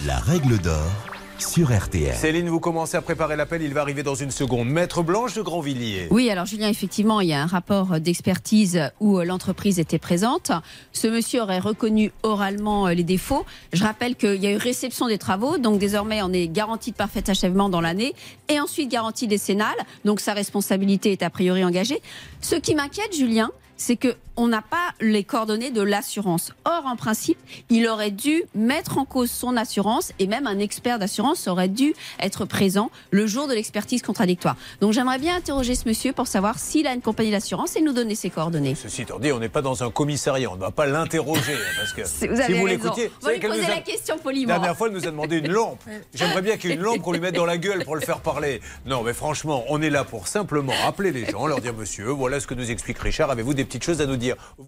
La règle d'or sur RTL. Céline, vous commencez à préparer l'appel, il va arriver dans une seconde. Maître Blanche de Grandvilliers. Oui, alors Julien, effectivement, il y a un rapport d'expertise où l'entreprise était présente. Ce monsieur aurait reconnu oralement les défauts. Je rappelle qu'il y a eu réception des travaux, donc désormais on est garanti de parfait achèvement dans l'année et ensuite garantie décennale, donc sa responsabilité est a priori engagée. Ce qui m'inquiète, Julien, c'est qu'on n'a pas les coordonnées de l'assurance. Or, en principe, il aurait dû mettre en cause son assurance et même un expert d'assurance aurait dû être présent le jour de l'expertise contradictoire. Donc, j'aimerais bien interroger ce monsieur pour savoir s'il a une compagnie d'assurance et nous donner ses coordonnées. Ceci étant dit, on n'est pas dans un commissariat, on ne va pas l'interroger. Parce que vous avez si vous raison. l'écoutiez, On va lui poser la question poliment. La dernière fois, elle nous a demandé une lampe. J'aimerais bien qu'il y ait une lampe qu'on lui mette dans la gueule pour le faire parler. Non, mais franchement, on est là pour simplement rappeler les gens, leur dire, monsieur, voilà ce que nous explique Richard, avez-vous des petites choses à nous dire?